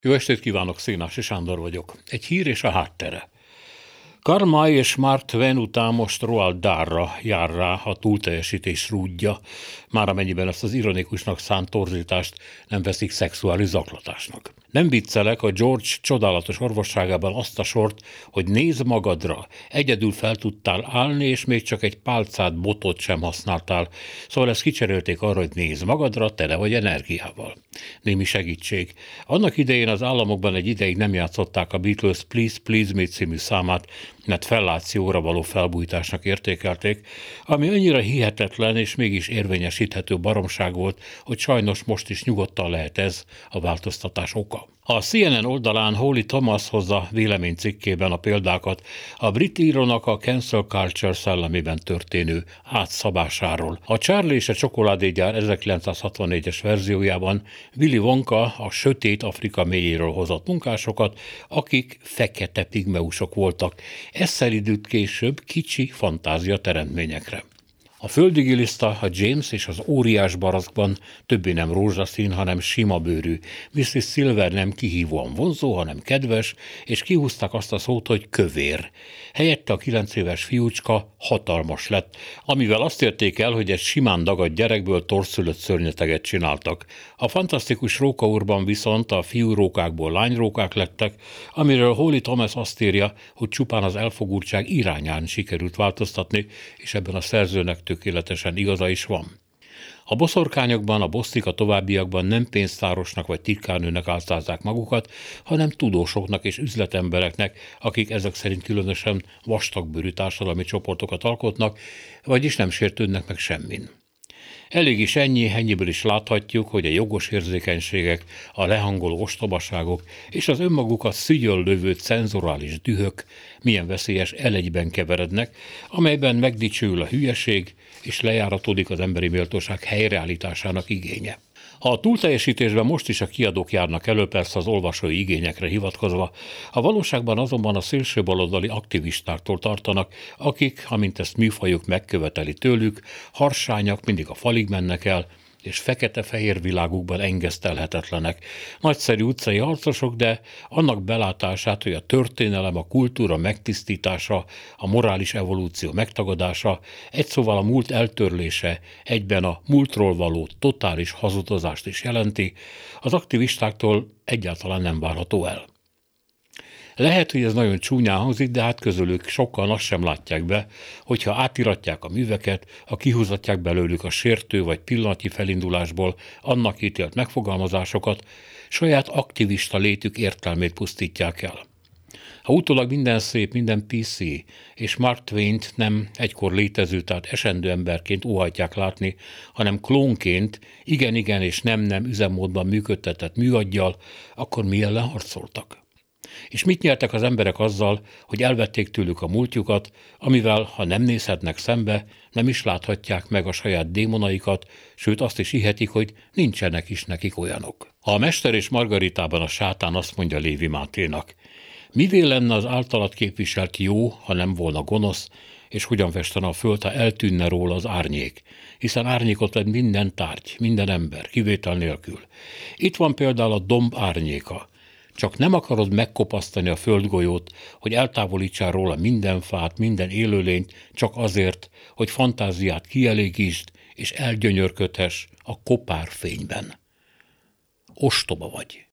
Jó estét kívánok, Szénási Sándor vagyok. Egy hír és a háttere. Karl May és Mark Twain után most Roald Dahlra jár rá a túlteljesítés rúdja, már amennyiben ezt az ironikusnak szánt torzítást nem veszik szexuális zaklatásnak. Nem viccelek, a George csodálatos orvosságában azt a sort, hogy nézd magadra, egyedül fel tudtál állni, és még csak egy pálcát, botot sem használtál, szóval ezt kicserélték arra, hogy nézd magadra, tele vagy energiával. Némi segítség. Annak idején az államokban egy ideig nem játszották a Beatles Please Please Me című számát, mert fellációra való felbújtásnak értékelték, ami annyira hihetetlen és mégis érvényesíthető baromság volt, hogy sajnos most is nyugodtan lehet ez a változtatás oka. A CNN oldalán Holly Thomas hozza véleménycikkében a példákat a brit írónak a cancel culture szellemében történő átszabásáról. A Charlie és a csokoládégyár 1964-es verziójában Willy Wonka a sötét Afrika mélyéről hozott munkásokat, akik fekete pigmeusok voltak. Ez szeridült később kicsi fantázia teremtményekre. A földigiliszta a James és az óriás barackban többé nem rózsaszín, hanem sima bőrű. Mrs. Silver nem kihívóan vonzó, hanem kedves, és kihúzták azt a szót, hogy kövér. Helyette a 9 éves fiúcska hatalmas lett, amivel azt érték el, hogy egy simán dagadt gyerekből torszülött szörnyeteget csináltak. A fantasztikus rókaúrban viszont a fiúrókákból lányrókák lettek, amiről Holly Thomas azt írja, hogy csupán az elfogultság irányán sikerült változtatni, és ebben a szerzőnek tökéletesen igaza is van. A boszorkányokban, a bosztik a továbbiakban nem pénztárosnak vagy titkárnőnek álcázzák magukat, hanem tudósoknak és üzletembereknek, akik ezek szerint különösen vastagbőrű társadalmi csoportokat alkotnak, vagyis nem sértődnek meg semmin. Elég is ennyiből is láthatjuk, hogy a jogos érzékenységek, a lehangoló ostobaságok és az önmagukat szügyöl lövő cenzorális dühök milyen veszélyes elegyben keverednek, amelyben megdicsőül a hülyeség és lejáratódik az emberi méltóság helyreállításának igénye. A túlteljesítésben most is a kiadók járnak elő, persze az olvasói igényekre hivatkozva, a valóságban azonban a szélsőbaloldali aktivistáktól tartanak, akik, amint ezt műfajuk megköveteli tőlük, harsányak, mindig a falig mennek el, és fekete-fehér világukban engesztelhetetlenek. Nagyszerű utcai harcosok, de annak belátását, hogy a történelem, a kultúra megtisztítása, a morális evolúció megtagadása, egy szóval a múlt eltörlése egyben a múltról való totális hazudozást is jelenti, az aktivistáktól egyáltalán nem várható el. Lehet, hogy ez nagyon csúnyán hangzik, de hát közülük sokan azt sem látják be, hogyha átiratják a műveket, ha kihúzatják belőlük a sértő vagy pillanatnyi felindulásból annak ítélt megfogalmazásokat, saját aktivista létük értelmét pusztítják el. Ha utólag minden szép, minden PC, és Mark Twaint nem egykor létező, tehát esendő emberként óhajtják látni, hanem klónként, igen és nem üzemmódban működtetett műaggyal, akkor mi ellen harcoltak? És mit nyertek az emberek azzal, hogy elvették tőlük a múltjukat, amivel, ha nem nézhetnek szembe, nem is láthatják meg a saját démonaikat, sőt azt is hihetik, hogy nincsenek is nekik olyanok. A Mester és Margaritában a sátán azt mondja Lévi Máténak: mivé lenne az általad képviselt jó, ha nem volna gonosz, és hogyan festene a föld, ha eltűnne róla az árnyék, hiszen árnyékot vett minden tárgy, minden ember, kivétel nélkül. Itt van például a domb árnyéka. Csak nem akarod megkopasztani a földgolyót, hogy eltávolítsál róla minden fát, minden élőlényt, csak azért, hogy fantáziát kielégítsd és elgyönyörködhess a kopár fényben. Ostoba vagy.